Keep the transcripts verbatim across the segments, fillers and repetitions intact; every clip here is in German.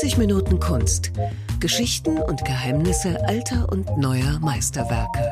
dreißig Minuten Kunst. Geschichten und Geheimnisse alter und neuer Meisterwerke.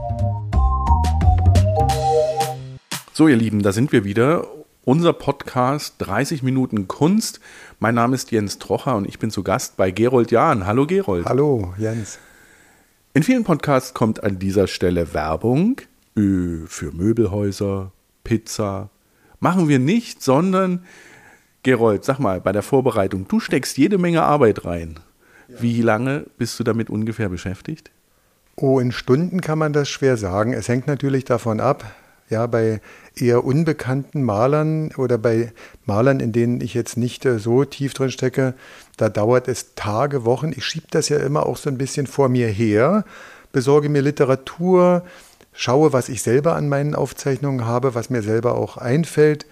So, ihr Lieben, da sind wir wieder. Unser Podcast dreißig Minuten Kunst. Mein Name ist Jens Trocher und ich bin zu Gast bei Gerold Jahn. Hallo Gerold. Hallo Jens. In vielen Podcasts kommt an dieser Stelle Werbung für Möbelhäuser, Pizza. Machen wir nicht, sondern, Gerold, sag mal, bei der Vorbereitung, du steckst jede Menge Arbeit rein. Ja. Wie lange bist du damit ungefähr beschäftigt? Oh, in Stunden kann man das schwer sagen. Es hängt natürlich davon ab, ja, bei eher unbekannten Malern oder bei Malern, in denen ich jetzt nicht äh, so tief drin stecke, da dauert es Tage, Wochen. Ich schiebe das ja immer auch so ein bisschen vor mir her, besorge mir Literatur, schaue, was ich selber an meinen Aufzeichnungen habe, was mir selber auch einfällt.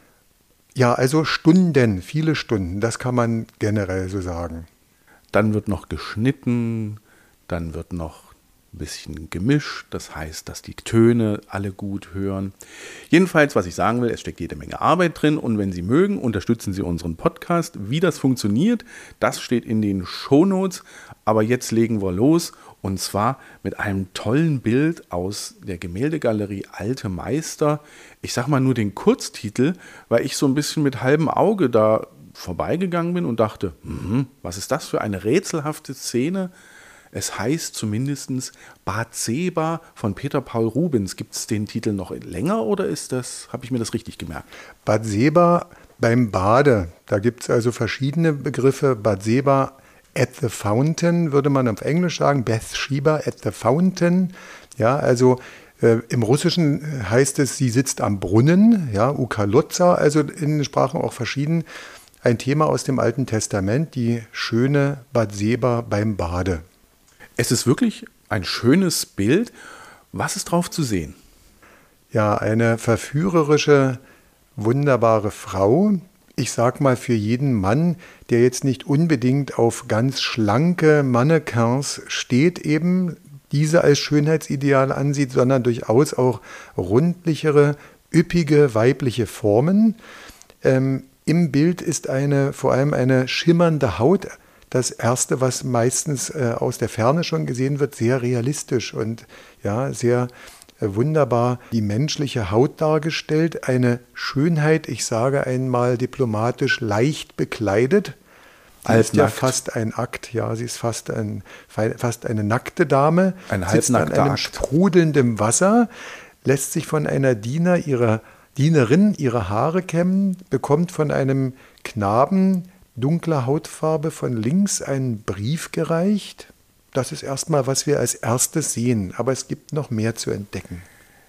Ja, also Stunden, viele Stunden, das kann man generell so sagen. Dann wird noch geschnitten, dann wird noch ein bisschen gemischt, das heißt, dass die Töne alle gut hören. Jedenfalls, was ich sagen will, es steckt jede Menge Arbeit drin und wenn Sie mögen, unterstützen Sie unseren Podcast. Wie das funktioniert, das steht in den Shownotes, aber jetzt legen wir los und zwar mit einem tollen Bild aus der Gemäldegalerie Alte Meister. Ich sag mal nur den Kurztitel, weil ich so ein bisschen mit halbem Auge da vorbeigegangen bin und dachte, hm, was ist das für eine rätselhafte Szene? Es heißt zumindest Bathseba von Peter Paul Rubens. Gibt es den Titel noch länger oder ist das, habe ich mir das richtig gemerkt? Bathseba beim Bade. Da gibt es also verschiedene Begriffe. Bathseba at the Fountain würde man auf Englisch sagen. Bathsheba at the Fountain. Ja, also äh, im Russischen heißt es, sie sitzt am Brunnen. Ja, Ukalotza, also in den Sprachen auch verschieden. Ein Thema aus dem Alten Testament, die schöne Bathseba beim Bade. Es ist wirklich ein schönes Bild. Was ist drauf zu sehen? Ja, eine verführerische, wunderbare Frau. Ich sag mal für jeden Mann, der jetzt nicht unbedingt auf ganz schlanke Mannequins steht, eben diese als Schönheitsideal ansieht, sondern durchaus auch rundlichere, üppige weibliche Formen. Ähm, im Bild ist eine, vor allem eine schimmernde Haut. Das Erste, was meistens äh, aus der Ferne schon gesehen wird, sehr realistisch und ja, sehr äh, wunderbar die menschliche Haut dargestellt. Eine Schönheit, ich sage einmal diplomatisch, leicht bekleidet. Sie ist ja fast ein Akt, ja, sie ist fast, ein, fast eine nackte Dame. Ein halbnackter an einem Akt. Sprudelndem Wasser, lässt sich von einer Diener ihrer, Dienerin ihre Haare kämmen, bekommt von einem Knaben dunkler Hautfarbe von links einen Brief gereicht. Das ist erstmal, was wir als erstes sehen, aber es gibt noch mehr zu entdecken.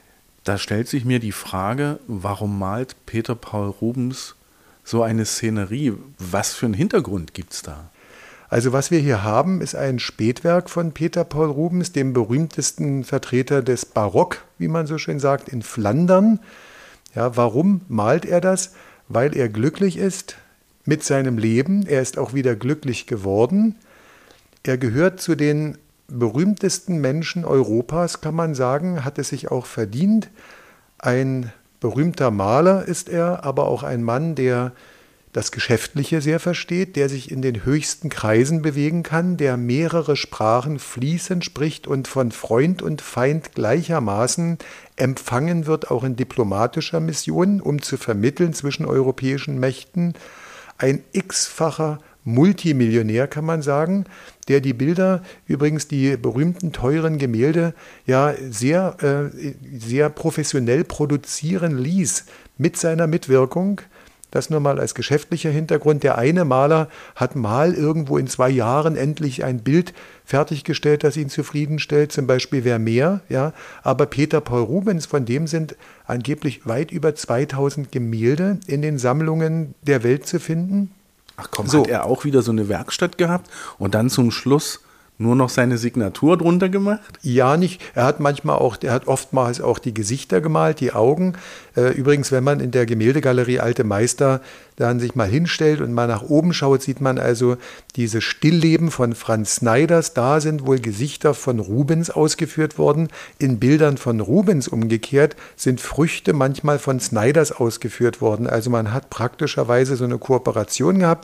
Da stellt sich mir die Frage, warum malt Peter Paul Rubens so eine Szenerie? Was für einen Hintergrund gibt es da? Also was wir hier haben, ist ein Spätwerk von Peter Paul Rubens, dem berühmtesten Vertreter des Barock, wie man so schön sagt, in Flandern. Ja, warum malt er das? Weil er glücklich ist mit seinem Leben. Er ist auch wieder glücklich geworden. Er gehört zu den berühmtesten Menschen Europas, kann man sagen, hat es sich auch verdient. Ein berühmter Maler ist er, aber auch ein Mann, der das Geschäftliche sehr versteht, der sich in den höchsten Kreisen bewegen kann, der mehrere Sprachen fließend spricht und von Freund und Feind gleichermaßen empfangen wird, auch in diplomatischer Mission, um zu vermitteln zwischen europäischen Mächten. Ein x-facher Multimillionär, kann man sagen, der die Bilder, übrigens die berühmten teuren Gemälde, ja sehr, äh, sehr professionell produzieren ließ mit seiner Mitwirkung. Das nur mal als geschäftlicher Hintergrund. Der eine Maler hat mal irgendwo in zwei Jahren endlich ein Bild fertiggestellt, das ihn zufriedenstellt, zum Beispiel Vermeer. Ja. Aber Peter Paul Rubens, von dem sind angeblich weit über zweitausend Gemälde in den Sammlungen der Welt zu finden. Ach komm, so. Hat er auch wieder so eine Werkstatt gehabt und dann zum Schluss nur noch seine Signatur drunter gemacht? Ja, nicht. Er hat manchmal auch, er hat oftmals auch die Gesichter gemalt, die Augen. Äh, übrigens, wenn man in der Gemäldegalerie Alte Meister dann sich mal hinstellt und mal nach oben schaut, sieht man also diese Stillleben von Franz Snyders. Da sind wohl Gesichter von Rubens ausgeführt worden. In Bildern von Rubens umgekehrt sind Früchte manchmal von Snyders ausgeführt worden. Also man hat praktischerweise so eine Kooperation gehabt.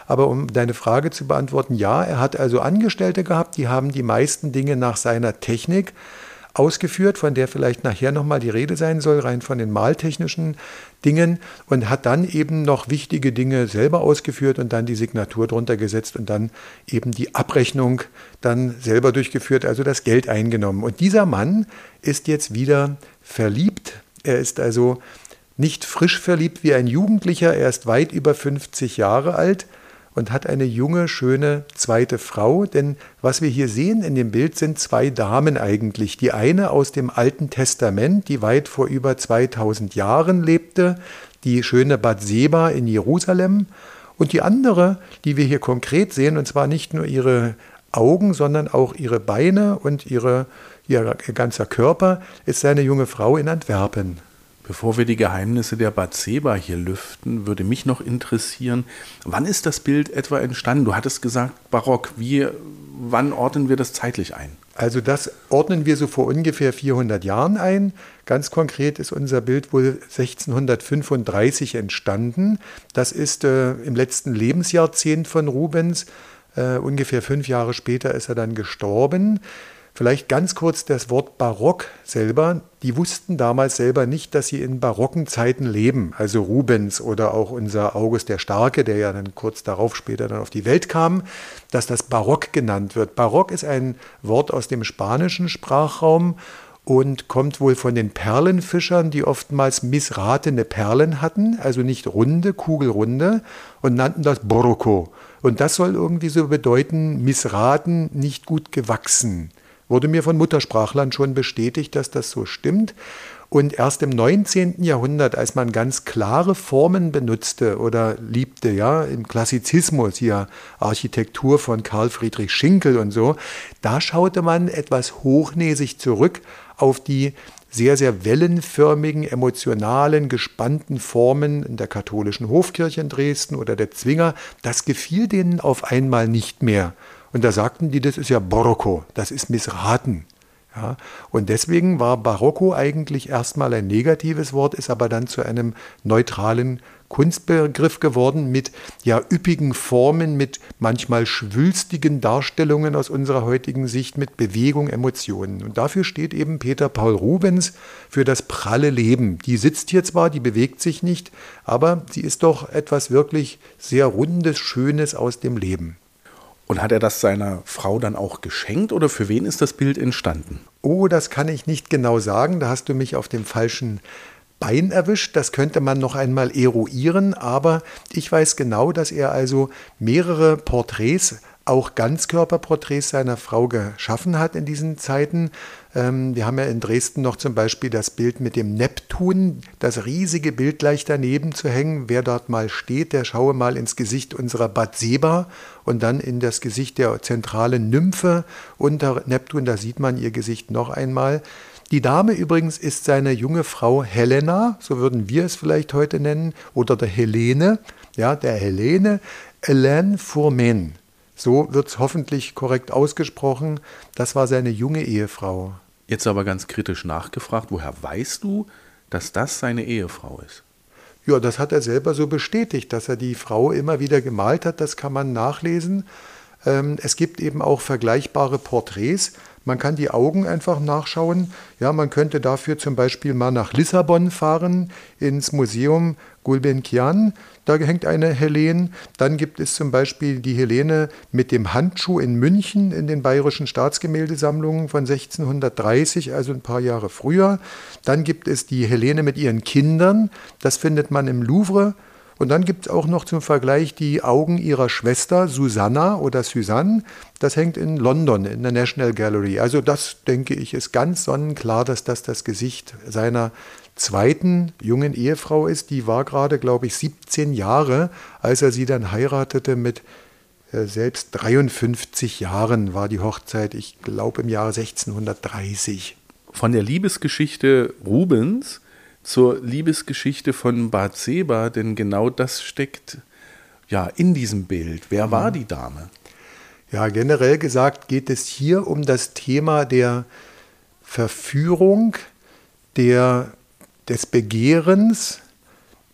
Aber um deine Frage zu beantworten, ja, er hat also Angestellte gehabt, die haben die meisten Dinge nach seiner Technik ausgeführt, von der vielleicht nachher nochmal die Rede sein soll, rein von den maltechnischen Dingen, und hat dann eben noch wichtige Dinge selber ausgeführt und dann die Signatur drunter gesetzt und dann eben die Abrechnung dann selber durchgeführt, also das Geld eingenommen. Und dieser Mann ist jetzt wieder verliebt. Er ist also nicht frisch verliebt wie ein Jugendlicher, er ist weit über fünfzig Jahre alt und hat eine junge, schöne zweite Frau. Denn was wir hier sehen in dem Bild sind zwei Damen eigentlich. Die eine aus dem Alten Testament, die weit vor über zweitausend Jahren lebte, die schöne Bathseba in Jerusalem. Und die andere, die wir hier konkret sehen, und zwar nicht nur ihre Augen, sondern auch ihre Beine und ihre, ihr ganzer Körper, ist seine junge Frau in Antwerpen. Bevor wir die Geheimnisse der Bathseba hier lüften, würde mich noch interessieren, wann ist das Bild etwa entstanden? Du hattest gesagt, barock. Wie, wann ordnen wir das zeitlich ein? Also das ordnen wir so vor ungefähr vierhundert Jahren ein. Ganz konkret ist unser Bild wohl sechzehnhundertfünfunddreißig entstanden. Das ist äh, im letzten Lebensjahrzehnt von Rubens. Äh, ungefähr fünf Jahre später ist er dann gestorben. Vielleicht ganz kurz das Wort Barock selber. Die wussten damals selber nicht, dass sie in barocken Zeiten leben. Also Rubens oder auch unser August der Starke, der ja dann kurz darauf später dann auf die Welt kam, dass das Barock genannt wird. Barock ist ein Wort aus dem spanischen Sprachraum und kommt wohl von den Perlenfischern, die oftmals missratene Perlen hatten, also nicht runde, kugelrunde, und nannten das Borroco. Und das soll irgendwie so bedeuten, missraten, nicht gut gewachsen. Wurde mir von Muttersprachlern schon bestätigt, dass das so stimmt. Und erst im neunzehnten Jahrhundert, als man ganz klare Formen benutzte oder liebte, ja, im Klassizismus, hier Architektur von Karl Friedrich Schinkel und so, da schaute man etwas hochnäsig zurück auf die sehr, sehr wellenförmigen, emotionalen, gespannten Formen in der katholischen Hofkirche in Dresden oder der Zwinger. Das gefiel denen auf einmal nicht mehr. Und da sagten die, das ist ja Barocco, das ist missraten. Ja, und deswegen war Barocco eigentlich erstmal ein negatives Wort, ist aber dann zu einem neutralen Kunstbegriff geworden mit ja üppigen Formen, mit manchmal schwülstigen Darstellungen aus unserer heutigen Sicht, mit Bewegung, Emotionen. Und dafür steht eben Peter Paul Rubens für das pralle Leben. Die sitzt hier zwar, die bewegt sich nicht, aber sie ist doch etwas wirklich sehr Rundes, Schönes aus dem Leben. Und hat er das seiner Frau dann auch geschenkt oder für wen ist das Bild entstanden? Oh, das kann ich nicht genau sagen. Da hast du mich auf dem falschen Bein erwischt. Das könnte man noch einmal eruieren. Aber ich weiß genau, dass er also mehrere Porträts, auch Ganzkörperporträts seiner Frau geschaffen hat in diesen Zeiten. Ähm, wir haben ja in Dresden noch zum Beispiel das Bild mit dem Neptun, das riesige Bild gleich daneben zu hängen. Wer dort mal steht, der schaue mal ins Gesicht unserer Bathseba und dann in das Gesicht der zentralen Nymphe unter Neptun. Da sieht man ihr Gesicht noch einmal. Die Dame übrigens ist seine junge Frau Helena, so würden wir es vielleicht heute nennen, oder der Helene, ja, der Helene, Hélène Fourmen. So wird es hoffentlich korrekt ausgesprochen. Das war seine junge Ehefrau. Jetzt aber ganz kritisch nachgefragt, woher weißt du, dass das seine Ehefrau ist? Ja, das hat er selber so bestätigt, dass er die Frau immer wieder gemalt hat. Das kann man nachlesen. Ähm, es gibt eben auch vergleichbare Porträts. Man kann die Augen einfach nachschauen. Ja, man könnte dafür zum Beispiel mal nach Lissabon fahren, ins Museum Gulbenkian. Da hängt eine Helene. Dann gibt es zum Beispiel die Helene mit dem Handschuh in München in den Bayerischen Staatsgemäldesammlungen von sechzehnhundertdreißig, also ein paar Jahre früher. Dann gibt es die Helene mit ihren Kindern. Das findet man im Louvre. Und dann gibt es auch noch zum Vergleich die Augen ihrer Schwester Susanna oder Suzanne. Das hängt in London in der National Gallery. Also das, denke ich, ist ganz sonnenklar, dass das das Gesicht seiner zweiten jungen Ehefrau ist. Die war gerade, glaube ich, siebzehn Jahre, als er sie dann heiratete. Mit äh, selbst dreiundfünfzig Jahren war die Hochzeit, ich glaube im Jahre sechzehnhundertdreißig. Von der Liebesgeschichte Rubens zur Liebesgeschichte von Bathseba, denn genau das steckt ja in diesem Bild. Wer war die Dame? Ja, generell gesagt geht es hier um das Thema der Verführung, der, des Begehrens,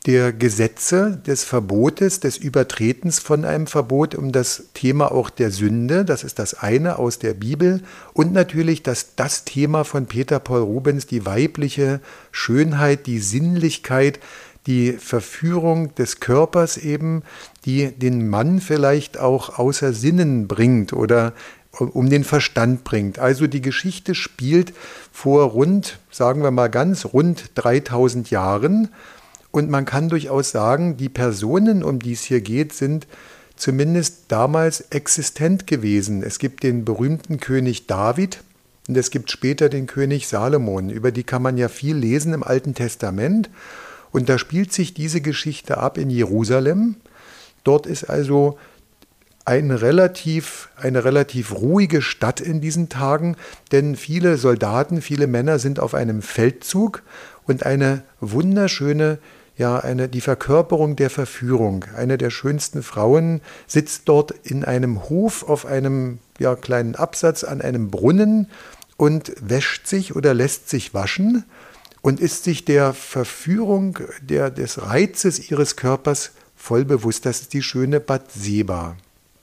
der Gesetze, des Verbotes, des Übertretens von einem Verbot, um das Thema auch der Sünde, das ist das eine aus der Bibel, und natürlich das, das Thema von Peter Paul Rubens, die weibliche Schönheit, die Sinnlichkeit, die Verführung des Körpers eben, die den Mann vielleicht auch außer Sinnen bringt oder um den Verstand bringt. Also die Geschichte spielt vor rund, sagen wir mal ganz, rund dreitausend Jahren. Und man kann durchaus sagen, die Personen, um die es hier geht, sind zumindest damals existent gewesen. Es gibt den berühmten König David und es gibt später den König Salomon. Über die kann man ja viel lesen im Alten Testament. Und da spielt sich diese Geschichte ab in Jerusalem. Dort ist also ein relativ, eine relativ ruhige Stadt in diesen Tagen, denn viele Soldaten, viele Männer sind auf einem Feldzug und eine wunderschöne, ja, eine, die Verkörperung der Verführung. Eine der schönsten Frauen sitzt dort in einem Hof auf einem ja, kleinen Absatz an einem Brunnen und wäscht sich oder lässt sich waschen und ist sich der Verführung, der, des Reizes ihres Körpers voll bewusst. Das ist die schöne Bathseba.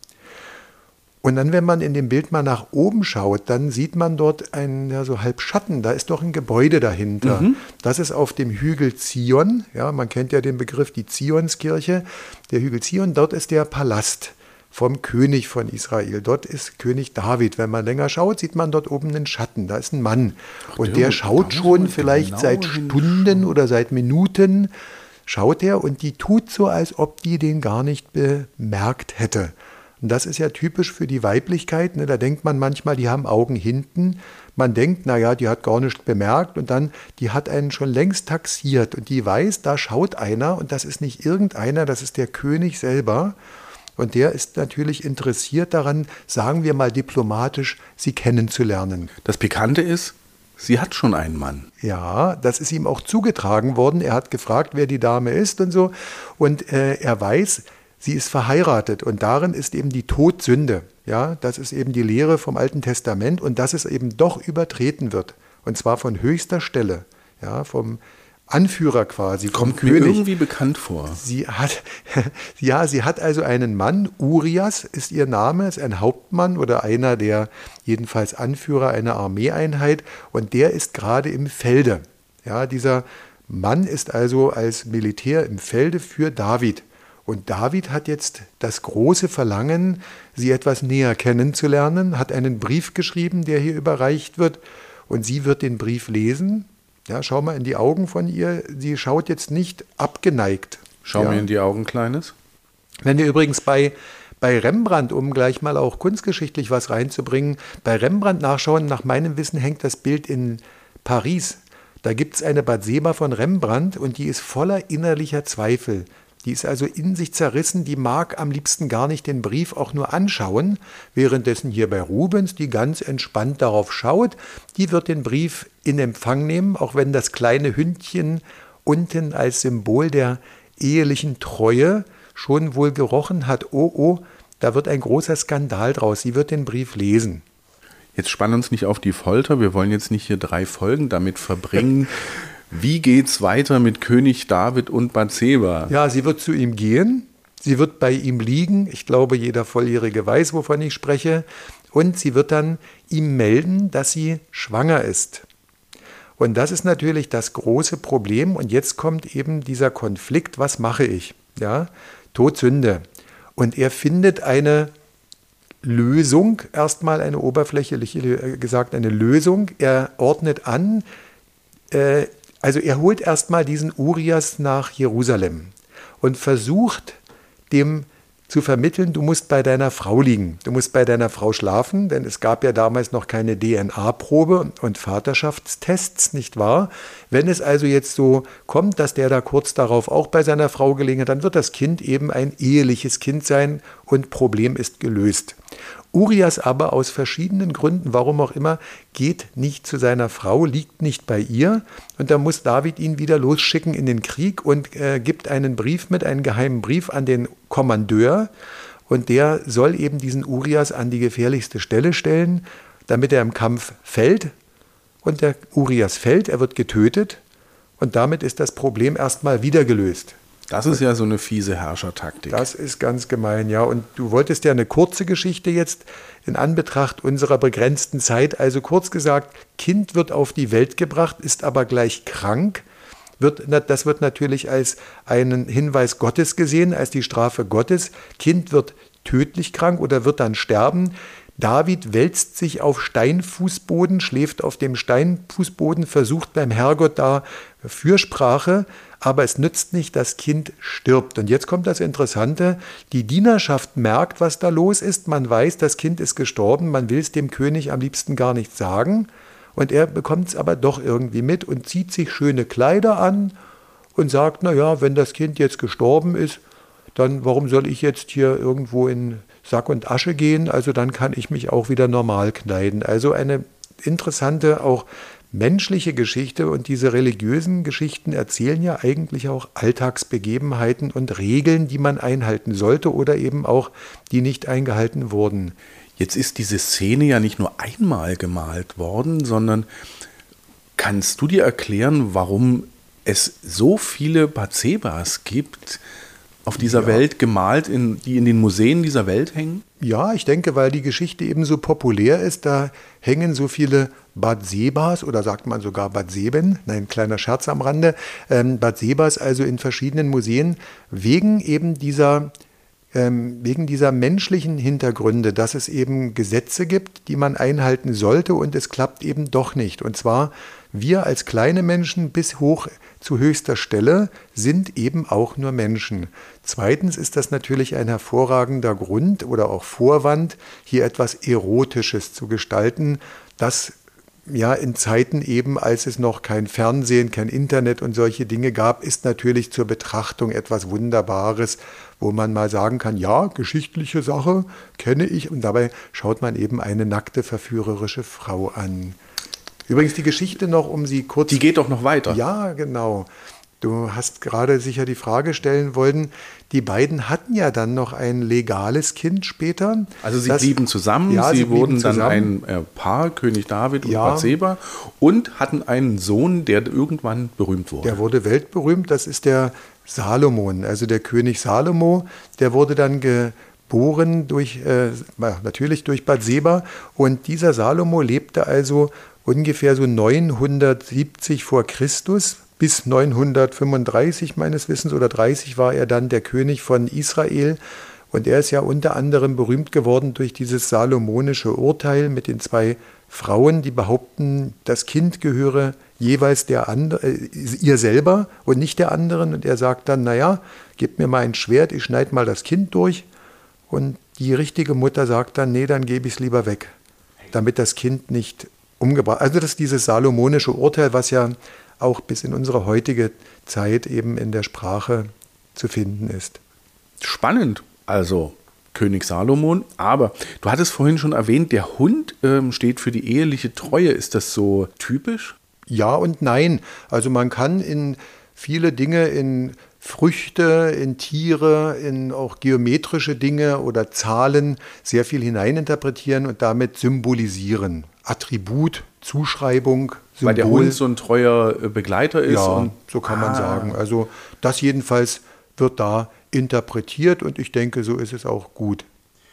Und dann, wenn man in dem Bild mal nach oben schaut, dann sieht man dort einen ja, so halb Schatten, da ist doch ein Gebäude dahinter. Mhm. Das ist auf dem Hügel Zion, ja, man kennt ja den Begriff, die Zionskirche, der Hügel Zion, dort ist der Palast vom König von Israel. Dort ist König David. Wenn man länger schaut, sieht man dort oben einen Schatten, da ist ein Mann. Ach, und der schaut schon vielleicht genau seit Stunden oder seit Minuten, schaut er und die tut so, als ob die den gar nicht bemerkt hätte. Und das ist ja typisch für die Weiblichkeit. Ne? Da denkt man manchmal, die haben Augen hinten. Man denkt, naja, die hat gar nichts bemerkt. Und dann, die hat einen schon längst taxiert. Und die weiß, da schaut einer. Und das ist nicht irgendeiner, das ist der König selber. Und der ist natürlich interessiert daran, sagen wir mal diplomatisch, sie kennenzulernen. Das Pikante ist, sie hat schon einen Mann. Ja, das ist ihm auch zugetragen worden. Er hat gefragt, wer die Dame ist und so. Und äh, er weiß, sie ist verheiratet und darin ist eben die Todsünde. Ja, das ist eben die Lehre vom Alten Testament und dass es eben doch übertreten wird. Und zwar von höchster Stelle, ja, vom Anführer quasi, vom Kommt mir König. irgendwie bekannt vor. Sie hat, ja, sie hat also einen Mann, Urias ist ihr Name, ist ein Hauptmann oder einer der jedenfalls Anführer einer Armeeeinheit und der ist gerade im Felde. Ja, dieser Mann ist also als Militär im Felde für David. Und David hat jetzt das große Verlangen, sie etwas näher kennenzulernen, hat einen Brief geschrieben, der hier überreicht wird. Und sie wird den Brief lesen. Ja, schau mal in die Augen von ihr. Sie schaut jetzt nicht abgeneigt. Schau ja. mir in die Augen, Kleines. Wenn wir übrigens bei, bei Rembrandt, um gleich mal auch kunstgeschichtlich was reinzubringen, bei Rembrandt nachschauen, nach meinem Wissen hängt das Bild in Paris. Da gibt es eine Bathseba von Rembrandt und die ist voller innerlicher Zweifel. Die ist also in sich zerrissen, die mag am liebsten gar nicht den Brief auch nur anschauen, währenddessen hier bei Rubens, die ganz entspannt darauf schaut, die wird den Brief in Empfang nehmen, auch wenn das kleine Hündchen unten als Symbol der ehelichen Treue schon wohl gerochen hat, oh, oh, da wird ein großer Skandal draus, sie wird den Brief lesen. Jetzt spann uns nicht auf die Folter, wir wollen jetzt nicht hier drei Folgen damit verbringen. Wie geht's weiter mit König David und Bathseba? Ja, sie wird zu ihm gehen, sie wird bei ihm liegen. Ich glaube, jeder Volljährige weiß, wovon ich spreche. Und sie wird dann ihm melden, dass sie schwanger ist. Und das ist natürlich das große Problem. Und jetzt kommt eben dieser Konflikt, was mache ich? Ja, Todsünde. Und er findet eine Lösung, erstmal eine oberflächlich gesagt eine Lösung. Er ordnet an, äh, Also er holt erstmal diesen Urias nach Jerusalem und versucht dem zu vermitteln, du musst bei deiner Frau liegen, du musst bei deiner Frau schlafen, denn es gab ja damals noch keine D N A-Probe und Vaterschaftstests, nicht wahr? Wenn es also jetzt so kommt, dass der da kurz darauf auch bei seiner Frau gelegen hat, dann wird das Kind eben ein eheliches Kind sein und Problem ist gelöst. Urias aber aus verschiedenen Gründen, warum auch immer, geht nicht zu seiner Frau, liegt nicht bei ihr und da muss David ihn wieder losschicken in den Krieg und äh, gibt einen Brief mit, einen geheimen Brief an den Kommandeur und der soll eben diesen Urias an die gefährlichste Stelle stellen, damit er im Kampf fällt und der Urias fällt, er wird getötet und damit ist das Problem erstmal wieder gelöst. Das ist ja so eine fiese Herrschertaktik. Das ist ganz gemein, ja. Und du wolltest ja eine kurze Geschichte jetzt in Anbetracht unserer begrenzten Zeit. Also kurz gesagt, Kind wird auf die Welt gebracht, ist aber gleich krank. Wird, das wird natürlich als einen Hinweis Gottes gesehen, als die Strafe Gottes. Kind wird tödlich krank oder wird dann sterben. David wälzt sich auf Steinfußboden, schläft auf dem Steinfußboden, versucht beim Herrgott da Fürsprache, aber es nützt nicht, das Kind stirbt. Und jetzt kommt das Interessante, die Dienerschaft merkt, was da los ist, man weiß, das Kind ist gestorben, man will es dem König am liebsten gar nicht sagen und er bekommt es aber doch irgendwie mit und zieht sich schöne Kleider an und sagt, naja, wenn das Kind jetzt gestorben ist, dann warum soll ich jetzt hier irgendwo in Sack und Asche gehen, also dann kann ich mich auch wieder normal kleiden. Also eine interessante, auch menschliche Geschichte und diese religiösen Geschichten erzählen ja eigentlich auch Alltagsbegebenheiten und Regeln, die man einhalten sollte oder eben auch, die nicht eingehalten wurden. Jetzt ist diese Szene ja nicht nur einmal gemalt worden, sondern kannst du dir erklären, warum es so viele Bathsebas gibt, auf dieser ja. Welt gemalt, in, die in den Museen dieser Welt hängen? Ja, ich denke, weil die Geschichte eben so populär ist, da hängen so viele Bathsebas oder sagt man sogar Bathseben, nein, kleiner Scherz am Rande, ähm, Bathsebas also in verschiedenen Museen, wegen eben dieser, ähm, wegen dieser menschlichen Hintergründe, dass es eben Gesetze gibt, die man einhalten sollte und es klappt eben doch nicht. Und zwar wir als kleine Menschen bis hoch zu höchster Stelle sind eben auch nur Menschen. Zweitens ist das natürlich ein hervorragender Grund oder auch Vorwand, hier etwas Erotisches zu gestalten, das ja in Zeiten eben, als es noch kein Fernsehen, kein Internet und solche Dinge gab, ist natürlich zur Betrachtung etwas Wunderbares, wo man mal sagen kann, ja, geschichtliche Sache kenne ich und dabei schaut man eben eine nackte, verführerische Frau an. Übrigens die Geschichte noch, um sie kurz... Die geht doch noch weiter. Ja, genau. Du hast gerade sicher die Frage stellen wollen, die beiden hatten ja dann noch ein legales Kind später. Also sie das, blieben zusammen, ja, sie, sie wurden zusammen. dann ein äh, Paar, König David und ja. Bathseba, und hatten einen Sohn, der irgendwann berühmt wurde. Der wurde weltberühmt, das ist der Salomon, also der König Salomo, der wurde dann geboren durch, äh, natürlich durch Bathseba und dieser Salomo lebte also ungefähr so neunhundertsiebzig vor Christus bis neunhundertfünfunddreißig meines Wissens oder dreißig war er dann der König von Israel und er ist ja unter anderem berühmt geworden durch dieses salomonische Urteil mit den zwei Frauen, die behaupten, das Kind gehöre jeweils der andere, äh, ihr selber und nicht der anderen und er sagt dann, naja, gebt mir mal ein Schwert, ich schneide mal das Kind durch und die richtige Mutter sagt dann, nee, dann gebe ich es lieber weg, damit das Kind nicht umgebracht. Also das ist dieses salomonische Urteil, was ja auch bis in unsere heutige Zeit eben in der Sprache zu finden ist. Spannend, also König Salomon, aber du hattest vorhin schon erwähnt, der Hund ähm, steht für die eheliche Treue. Ist das so typisch? Ja und nein. Also man kann in viele Dinge, in Früchte, in Tiere, in auch geometrische Dinge oder Zahlen sehr viel hineininterpretieren und damit symbolisieren. Attribut, Zuschreibung, Symbol. Weil der Hund so ein treuer Begleiter ist. Ja, und so kann man ah. sagen. Also das jedenfalls wird da interpretiert und ich denke, so ist es auch gut.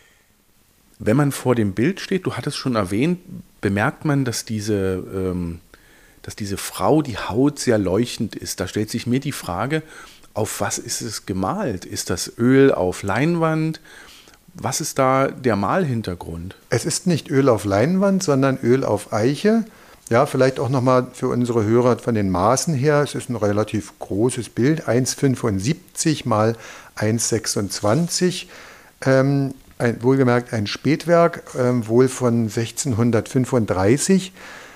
Wenn man vor dem Bild steht, du hattest schon erwähnt, bemerkt man, dass diese, ähm, dass diese Frau, die Haut sehr leuchtend ist. Da stellt sich mir die Frage, auf was ist es gemalt? Ist das Öl auf Leinwand? Was ist da der Malhintergrund? Es ist nicht Öl auf Leinwand, sondern Öl auf Eiche. Ja, vielleicht auch nochmal für unsere Hörer von den Maßen her. Es ist ein relativ großes Bild, eins Komma fünfundsiebzig mal eins Komma sechsundzwanzig. Ähm, ein, wohlgemerkt ein Spätwerk, ähm, wohl von sechzehnhundertfünfunddreißig.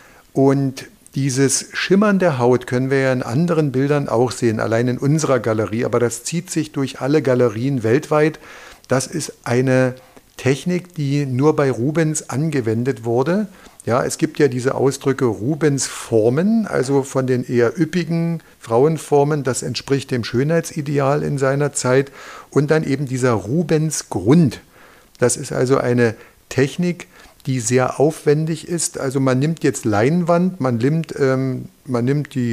Und dieses Schimmern der Haut können wir ja in anderen Bildern auch sehen, allein in unserer Galerie. Aber das zieht sich durch alle Galerien weltweit. Das ist eine Technik, die nur bei Rubens angewendet wurde. Ja, es gibt ja diese Ausdrücke Rubens-Formen, also von den eher üppigen Frauenformen, das entspricht dem Schönheitsideal in seiner Zeit. Und dann eben dieser Rubens-Grund. Das ist also eine Technik, die sehr aufwendig ist. Also man nimmt jetzt Leinwand, man nimmt, ähm, man nimmt die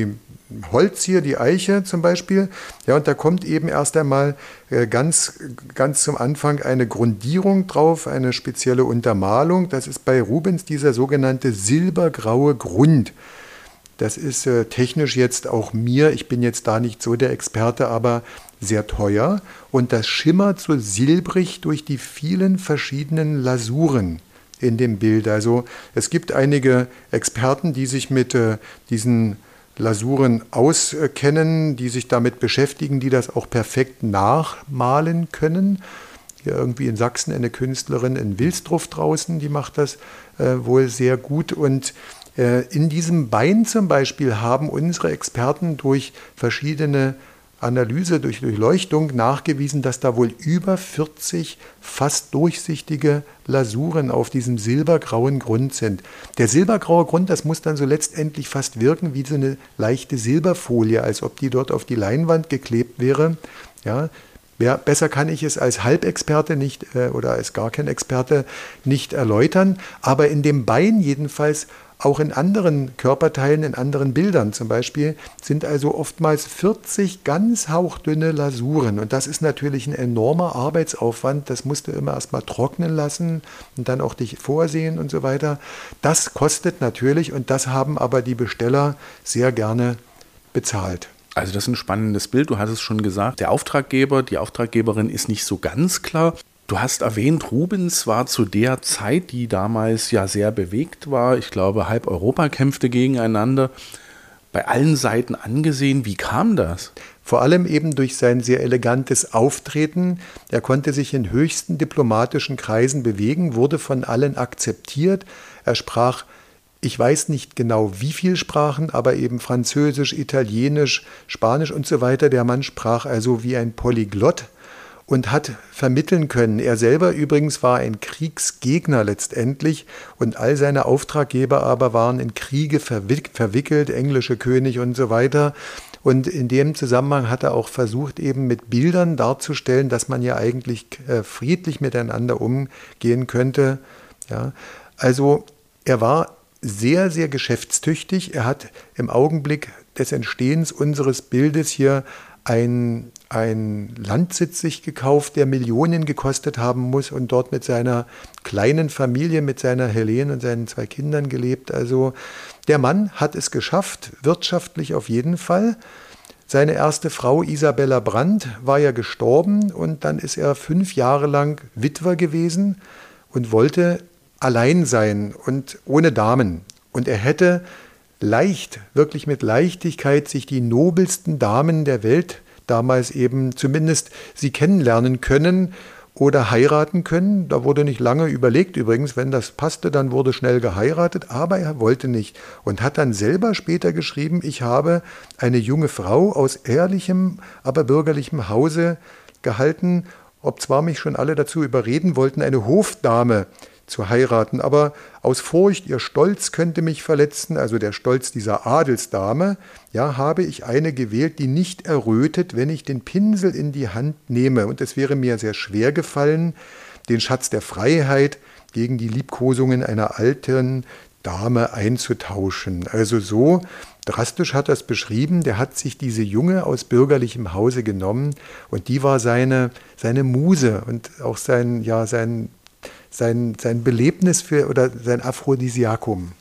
Holz hier, die Eiche zum Beispiel. Ja, und da kommt eben erst einmal äh, ganz, ganz zum Anfang eine Grundierung drauf, eine spezielle Untermalung. Das ist bei Rubens dieser sogenannte silbergraue Grund. Das ist äh, technisch jetzt auch mir, ich bin jetzt da nicht so der Experte, aber sehr teuer. Und das schimmert so silbrig durch die vielen verschiedenen Lasuren in dem Bild. Also es gibt einige Experten, die sich mit äh, diesen Lasuren auskennen, die sich damit beschäftigen, die das auch perfekt nachmalen können. Hier irgendwie in Sachsen eine Künstlerin in Wilsdruff draußen, die macht das äh, wohl sehr gut. Und äh, in diesem Bein zum Beispiel haben unsere Experten durch verschiedene Analyse, durch Durchleuchtung nachgewiesen, dass da wohl über vierzig fast durchsichtige Lasuren auf diesem silbergrauen Grund sind. Der silbergraue Grund, das muss dann so letztendlich fast wirken wie so eine leichte Silberfolie, als ob die dort auf die Leinwand geklebt wäre. Ja, ja, besser kann ich es als Halbexperte nicht äh, oder als gar kein Experte nicht erläutern, aber in dem Bein jedenfalls auch in anderen Körperteilen, in anderen Bildern zum Beispiel, sind also oftmals vierzig ganz hauchdünne Lasuren. Und das ist natürlich ein enormer Arbeitsaufwand. Das musst du immer erstmal trocknen lassen und dann auch dich vorsehen und so weiter. Das kostet natürlich und das haben aber die Besteller sehr gerne bezahlt. Also das ist ein spannendes Bild. Du hast es schon gesagt, der Auftraggeber, die Auftraggeberin ist nicht so ganz klar. Du hast erwähnt, Rubens war zu der Zeit, die damals ja sehr bewegt war, ich glaube, halb Europa kämpfte gegeneinander, bei allen Seiten angesehen. Wie kam das? Vor allem eben durch sein sehr elegantes Auftreten. Er konnte sich in höchsten diplomatischen Kreisen bewegen, wurde von allen akzeptiert. Er sprach, ich weiß nicht genau wie viele Sprachen, aber eben Französisch, Italienisch, Spanisch und so weiter. Der Mann sprach also wie ein Polyglott und hat vermitteln können. Er selber übrigens war ein Kriegsgegner letztendlich und all seine Auftraggeber aber waren in Kriege verwick- verwickelt, englische König und so weiter. Und in dem Zusammenhang hat er auch versucht, eben mit Bildern darzustellen, dass man ja eigentlich äh, friedlich miteinander umgehen könnte. Ja, also er war sehr, sehr geschäftstüchtig. Er hat im Augenblick des Entstehens unseres Bildes hier ein, ein Landsitz sich gekauft, der Millionen gekostet haben muss und dort mit seiner kleinen Familie, mit seiner Helene und seinen zwei Kindern gelebt. Also der Mann hat es geschafft, wirtschaftlich auf jeden Fall. Seine erste Frau Isabella Brandt war ja gestorben und dann ist er fünf Jahre lang Witwer gewesen und wollte allein sein und ohne Damen. Und er hätte leicht, wirklich mit Leichtigkeit sich die nobelsten Damen der Welt damals eben zumindest sie kennenlernen können oder heiraten können. Da wurde nicht lange überlegt übrigens, wenn das passte, dann wurde schnell geheiratet, aber er wollte nicht und hat dann selber später geschrieben, ich habe eine junge Frau aus ehrlichem, aber bürgerlichem Hause gehalten, ob zwar mich schon alle dazu überreden wollten, eine Hofdame zu heiraten, aber aus Furcht, ihr Stolz könnte mich verletzen, also der Stolz dieser Adelsdame, ja, habe ich eine gewählt, die nicht errötet, wenn ich den Pinsel in die Hand nehme. Und es wäre mir sehr schwer gefallen, den Schatz der Freiheit gegen die Liebkosungen einer alten Dame einzutauschen. Also so drastisch hat er es beschrieben, der hat sich diese Junge aus bürgerlichem Hause genommen und die war seine, seine Muse und auch sein, ja, sein Sein, sein Belebnis für oder sein Aphrodisiakum.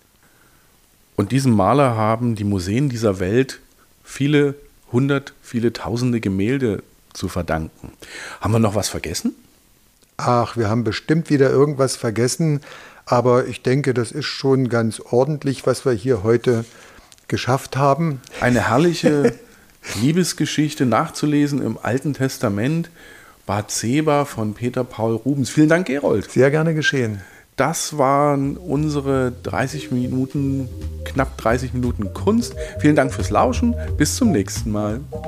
Und diesem Maler haben die Museen dieser Welt viele hundert, viele tausende Gemälde zu verdanken. Haben wir noch was vergessen? Ach, wir haben bestimmt wieder irgendwas vergessen, aber ich denke, das ist schon ganz ordentlich, was wir hier heute geschafft haben. Eine herrliche Liebesgeschichte nachzulesen im Alten Testament. Bathseba von Peter Paul Rubens. Vielen Dank, Gerold. Sehr gerne geschehen. Das waren unsere dreißig Minuten, knapp dreißig Minuten Kunst. Vielen Dank fürs Lauschen. Bis zum nächsten Mal.